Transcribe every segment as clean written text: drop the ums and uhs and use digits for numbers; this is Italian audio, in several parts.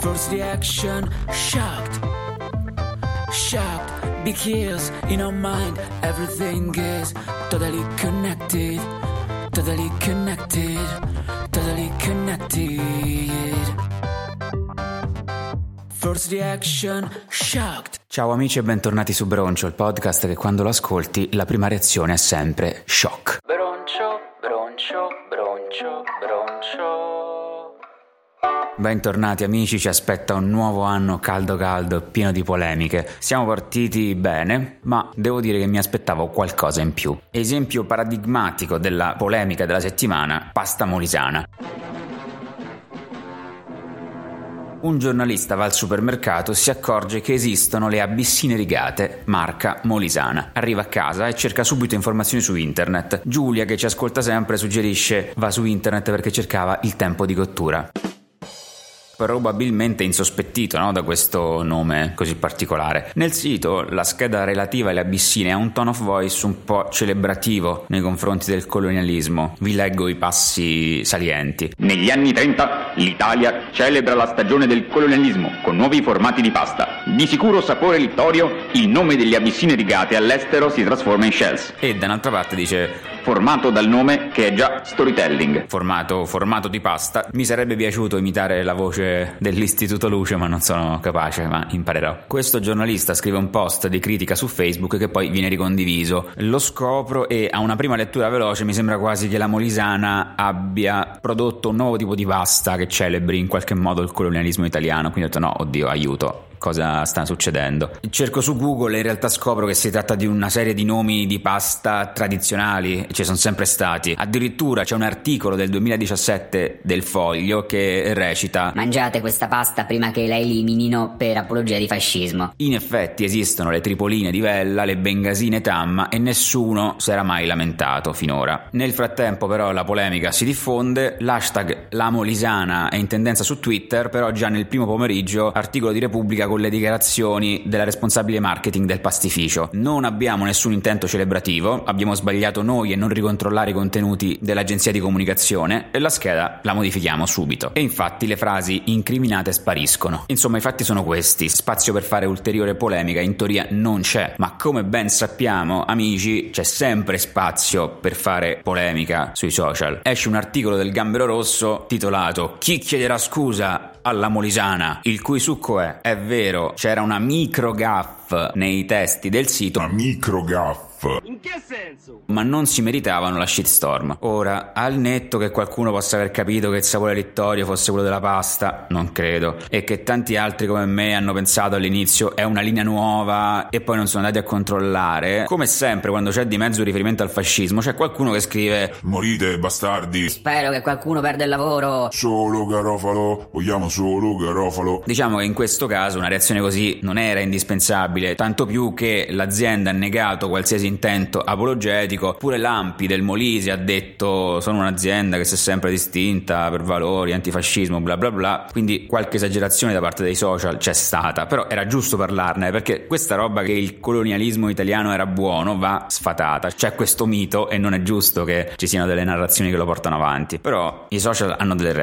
First reaction, shocked, because in our mind everything is totally connected, totally connected, totally connected. First reaction, shocked. Ciao amici e bentornati su Broncio, il podcast che quando lo ascolti la prima reazione è sempre shock. Broncio, broncio, broncio, broncio. Bentornati amici, ci aspetta un nuovo anno caldo pieno di polemiche. Siamo partiti bene, ma devo dire che mi aspettavo qualcosa in più. Esempio paradigmatico della polemica della settimana, pasta molisana. Un giornalista va al supermercato e si accorge che esistono le abissine rigate marca Molisana. Arriva a casa e cerca subito informazioni su internet. Giulia, che ci ascolta sempre, suggerisce va su internet perché cercava il tempo di cottura. Probabilmente insospettito, no, da questo nome così particolare. Nel sito la scheda relativa alle abissine ha un tone of voice un po' celebrativo nei confronti del colonialismo. Vi leggo i passi salienti. Negli anni 30 l'Italia celebra la stagione del colonialismo con nuovi formati di pasta. Di sicuro sapore littorio, il nome delle abissine rigate all'estero si trasforma in shells. E da un'altra parte dice formato dal nome che è già storytelling. Formato di pasta. Mi sarebbe piaciuto imitare la voce dell'Istituto Luce, ma non sono capace, ma imparerò. Questo giornalista scrive un post di critica su Facebook che poi viene ricondiviso. Lo scopro e a una prima lettura veloce mi sembra quasi che la Molisana abbia prodotto un nuovo tipo di pasta che celebri in qualche modo il colonialismo italiano. Quindi ho detto no, oddio, aiuto. Cosa sta succedendo? Cerco su Google e in realtà scopro che si tratta di una serie di nomi di pasta tradizionali, ci sono sempre stati. Addirittura c'è un articolo del 2017 del Foglio che recita: mangiate questa pasta prima che la eliminino per apologia di fascismo. In effetti esistono le tripoline di Vella, le bengasine Tamma e nessuno si era mai lamentato finora. Nel frattempo però la polemica si diffonde, l'hashtag La Molisana è in tendenza su Twitter, però già nel primo pomeriggio articolo di Repubblica con le dichiarazioni della responsabile marketing del pastificio. Non abbiamo nessun intento celebrativo, abbiamo sbagliato noi e non ricontrollare i contenuti dell'agenzia di comunicazione e la scheda la modifichiamo subito. E infatti le frasi incriminate spariscono. Insomma, i fatti sono questi: spazio per fare ulteriore polemica in teoria non c'è, ma come ben sappiamo amici c'è sempre spazio per fare polemica sui social. Esce un articolo del Gambero Rosso titolato "Chi chiederà scusa alla Molisana?", il cui succo è vero, c'era una micro gaff nei testi del sito. Una micro gaff. In che senso? Ma non si meritavano la shitstorm. Ora, al netto che qualcuno possa aver capito che il sapore littorio fosse quello della pasta, non credo, e che tanti altri come me hanno pensato all'inizio è una linea nuova e poi non sono andati a controllare, come sempre quando c'è di mezzo riferimento al fascismo c'è qualcuno che scrive morite bastardi, spero che qualcuno perda il lavoro, solo Garofalo, vogliamo solo Garofalo. Diciamo che in questo caso una reazione così non era indispensabile, tanto più che l'azienda ha negato qualsiasi intento apologetico. Pure l'Ampi del Molise ha detto sono un'azienda che si è sempre distinta per valori, antifascismo, bla bla bla, quindi qualche esagerazione da parte dei social c'è stata, però era giusto parlarne perché questa roba che il colonialismo italiano era buono va sfatata. C'è questo mito e non è giusto che ci siano delle narrazioni che lo portano avanti, però i social hanno delle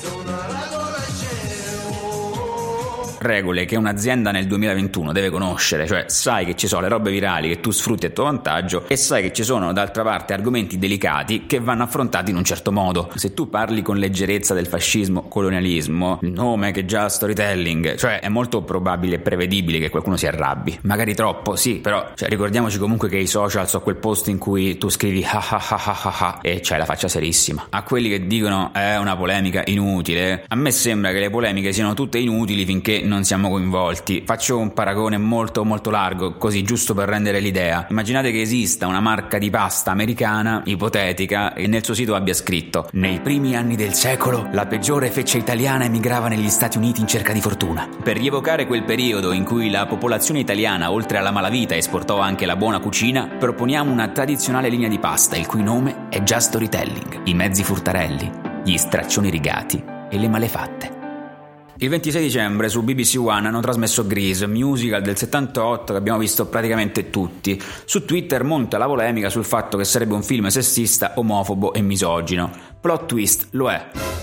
regole che un'azienda nel 2021 deve conoscere, cioè sai che ci sono le robe virali che tu sfrutti a tuo vantaggio e sai che ci sono d'altra parte argomenti delicati che vanno affrontati in un certo modo. Se tu parli con leggerezza del fascismo, colonialismo, il nome che già storytelling, cioè è molto probabile e prevedibile che qualcuno si arrabbi, magari troppo, sì, però ricordiamoci comunque che i social sono quel posto in cui tu scrivi e c'hai la faccia serissima. A quelli che dicono è una polemica inutile, a me sembra che le polemiche siano tutte inutili finché non siamo coinvolti. Faccio un paragone molto largo, così giusto per rendere l'idea. Immaginate che esista una marca di pasta americana ipotetica e nel suo sito abbia scritto: nei primi anni del secolo la peggiore feccia italiana emigrava negli Stati Uniti in cerca di fortuna. Per rievocare quel periodo in cui la popolazione italiana oltre alla malavita esportò anche la buona cucina, proponiamo una tradizionale linea di pasta il cui nome è già storytelling: i mezzi furtarelli, gli straccioni rigati e le malefatte. Il 26 dicembre su BBC One hanno trasmesso Grease, musical del 78 che abbiamo visto praticamente tutti. Su Twitter monta la polemica sul fatto che sarebbe un film sessista, omofobo e misogino. Plot twist, lo è.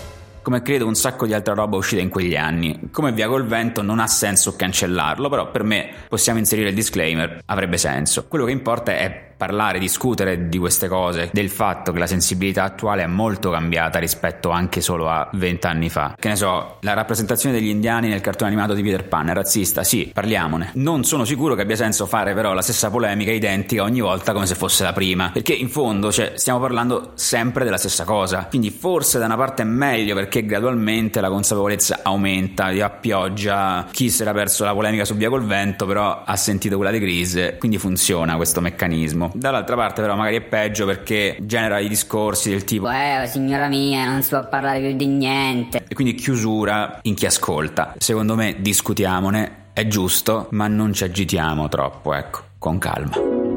come credo un sacco di altra roba uscita in quegli anni. Come Via col Vento non ha senso cancellarlo, però per me possiamo inserire il disclaimer, avrebbe senso. Quello che importa è parlare, discutere di queste cose, del fatto che la sensibilità attuale è molto cambiata rispetto anche solo a 20 anni fa. Che ne so, la rappresentazione degli indiani nel cartone animato di Peter Pan è razzista? Sì, parliamone. Non sono sicuro che abbia senso fare però la stessa polemica identica ogni volta come se fosse la prima, perché in fondo, stiamo parlando sempre della stessa cosa. Quindi forse da una parte è meglio, perché gradualmente la consapevolezza aumenta, a pioggia. Chi si era perso la polemica su Via col Vento però ha sentito quella di Chris, quindi funziona questo meccanismo. Dall'altra parte però magari è peggio, perché genera i discorsi del tipo signora mia, non si può parlare più di niente, e quindi chiusura in chi ascolta. Secondo me discutiamone, è giusto, ma non ci agitiamo troppo, ecco, con calma.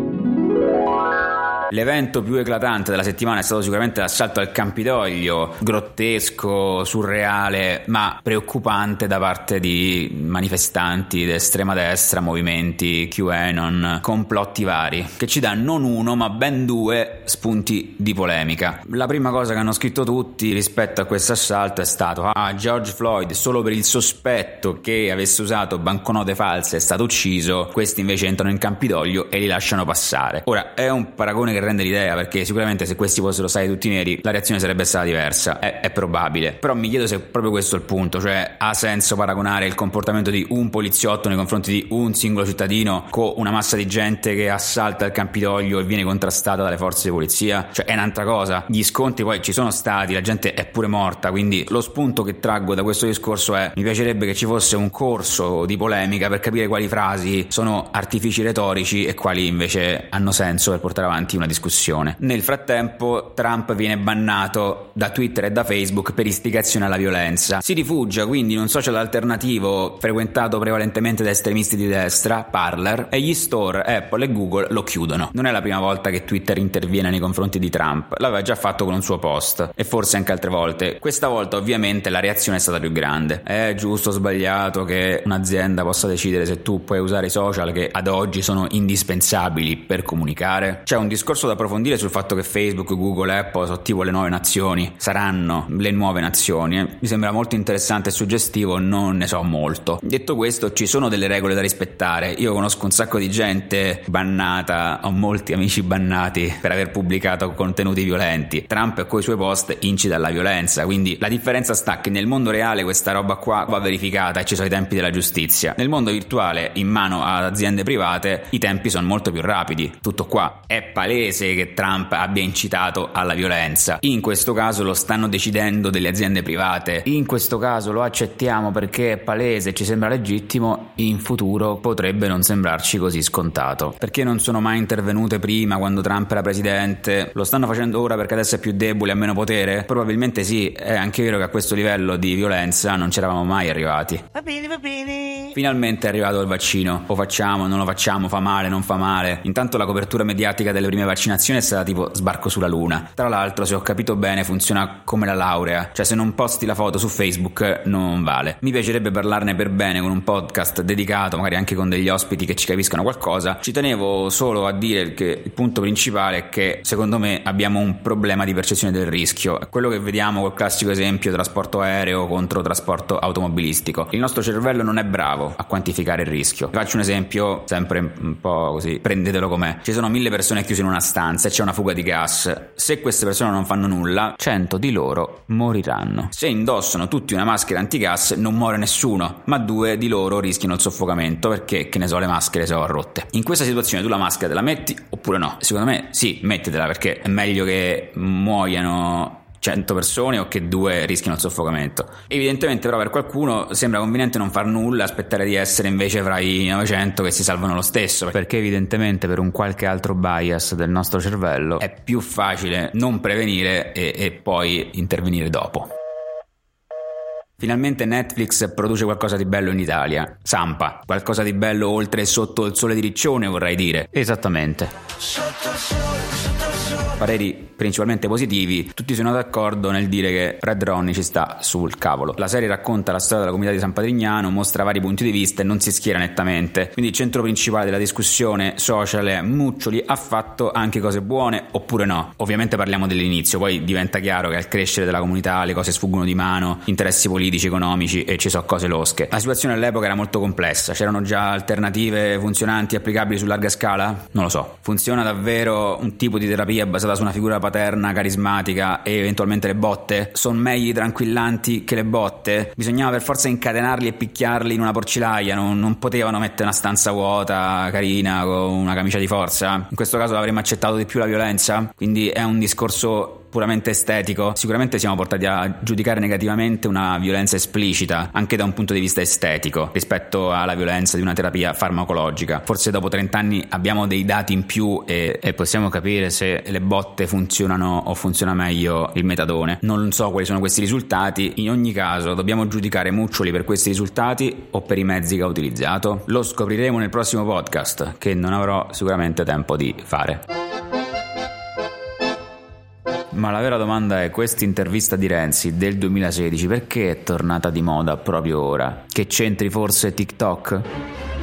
L'evento più eclatante della settimana è stato sicuramente l'assalto al Campidoglio, grottesco, surreale, ma preoccupante da parte di manifestanti d'estrema destra, movimenti QAnon, complotti vari, che ci dà non uno ma ben 2 spunti di polemica. La prima cosa che hanno scritto tutti rispetto a questo assalto è stato: George Floyd, solo per il sospetto che avesse usato banconote false, è stato ucciso, questi invece entrano in Campidoglio e li lasciano passare. Ora, è un paragone che rende l'idea, perché sicuramente se questi fossero stati tutti neri la reazione sarebbe stata diversa, è probabile, però mi chiedo se proprio questo è il punto, cioè ha senso paragonare il comportamento di un poliziotto nei confronti di un singolo cittadino con una massa di gente che assalta il Campidoglio e viene contrastata dalle forze di polizia? Cioè è un'altra cosa. Gli scontri poi ci sono stati, la gente è pure morta, quindi lo spunto che traggo da questo discorso è: mi piacerebbe che ci fosse un corso di polemica per capire quali frasi sono artifici retorici e quali invece hanno senso per portare avanti una discussione. Nel frattempo Trump viene bannato da Twitter e da Facebook per istigazione alla violenza. Si rifugia quindi in un social alternativo frequentato prevalentemente da estremisti di destra, Parler, e gli store Apple e Google lo chiudono. Non è la prima volta che Twitter interviene nei confronti di Trump, l'aveva già fatto con un suo post e forse anche altre volte. Questa volta ovviamente la reazione è stata più grande. È giusto o sbagliato che un'azienda possa decidere se tu puoi usare i social che ad oggi sono indispensabili per comunicare? C'è un discorso da approfondire sul fatto che Facebook, Google e Apple sono tipo le nuove nazioni, saranno le nuove nazioni. Mi sembra molto interessante e suggestivo, non ne so molto. Detto questo, ci sono delle regole da rispettare. Io conosco un sacco di gente bannata, ho molti amici bannati per aver pubblicato contenuti violenti. Trump coi suoi post incita alla violenza, quindi la differenza sta che nel mondo reale questa roba qua va verificata e ci sono i tempi della giustizia. Nel mondo virtuale, in mano ad aziende private, i tempi sono molto più rapidi. Tutto qua. È palese che Trump abbia incitato alla violenza. In questo caso lo stanno decidendo delle aziende private. In questo caso lo accettiamo perché è palese e ci sembra legittimo. In futuro potrebbe non sembrarci così scontato. Perché non sono mai intervenute prima quando Trump era presidente? Lo stanno facendo ora perché adesso è più debole e ha meno potere? Probabilmente sì. È anche vero che a questo livello di violenza non ci eravamo mai arrivati. Va bene, va bene. Finalmente è arrivato il vaccino. Lo facciamo, non lo facciamo, fa male, non fa male. Intanto la copertura mediatica delle prime vaccinazioni è stata tipo sbarco sulla luna. Tra l'altro, se ho capito bene, funziona come la laurea, cioè se non posti la foto su Facebook non vale. Mi piacerebbe parlarne per bene con un podcast dedicato, magari anche con degli ospiti che ci capiscano qualcosa. Ci tenevo solo a dire che il punto principale è che secondo me abbiamo un problema di percezione del rischio. È quello che vediamo col classico esempio trasporto aereo contro trasporto automobilistico. Il nostro cervello non è bravo a quantificare il rischio. Vi faccio un esempio sempre un po' così, prendetelo com'è. Ci sono 1000 persone chiuse in una stanza e c'è una fuga di gas. Se queste persone non fanno nulla, 100 di loro moriranno. Se indossano tutti una maschera antigas non muore nessuno, ma 2 di loro rischiano il soffocamento perché, che ne so, le maschere sono rotte. In questa situazione tu la maschera te la metti oppure no? Secondo me sì, mettetela, perché è meglio che muoiano 100 persone o che 2 rischiano il soffocamento. Evidentemente però per qualcuno sembra conveniente non far nulla, aspettare di essere invece fra i 900 che si salvano lo stesso, perché evidentemente per un qualche altro bias del nostro cervello è più facile non prevenire e poi intervenire dopo. Finalmente Netflix produce qualcosa di bello in Italia. Sampa, qualcosa di bello oltre e sotto il sole di Riccione, vorrei dire. Esattamente. Sotto il sole, sotto il sole. Pareri principalmente positivi, tutti sono d'accordo nel dire che Red Ronnie ci sta sul cavolo. La serie racconta la storia della comunità di San Patrignano, mostra vari punti di vista e non si schiera nettamente, quindi il centro principale della discussione social è: Muccioli ha fatto anche cose buone oppure no? Ovviamente parliamo dell'inizio, poi diventa chiaro che al crescere della comunità le cose sfuggono di mano, interessi politici, economici, e ci sono cose losche. La situazione all'epoca era molto complessa, c'erano già alternative funzionanti applicabili su larga scala? Non lo so. Funziona davvero un tipo di terapia basata su una figura paterna carismatica e eventualmente le botte? Sono meglio i tranquillanti che le botte? Bisognava per forza incatenarli e picchiarli in una porcilaia? Non potevano mettere una stanza vuota, carina, con una camicia di forza? In questo caso avremmo accettato di più la violenza? Quindi è un discorso puramente estetico. Sicuramente siamo portati a giudicare negativamente una violenza esplicita anche da un punto di vista estetico rispetto alla violenza di una terapia farmacologica. Forse dopo 30 anni abbiamo dei dati in più e possiamo capire se le botte funzionano o funziona meglio il metadone. Non so quali sono questi risultati. In ogni caso dobbiamo giudicare Muccioli per questi risultati o per i mezzi che ha utilizzato? Lo scopriremo nel prossimo podcast, che non avrò sicuramente tempo di fare. Ma la vera domanda è: questa intervista di Renzi del 2016 perché è tornata di moda proprio ora? Che c'entri forse TikTok?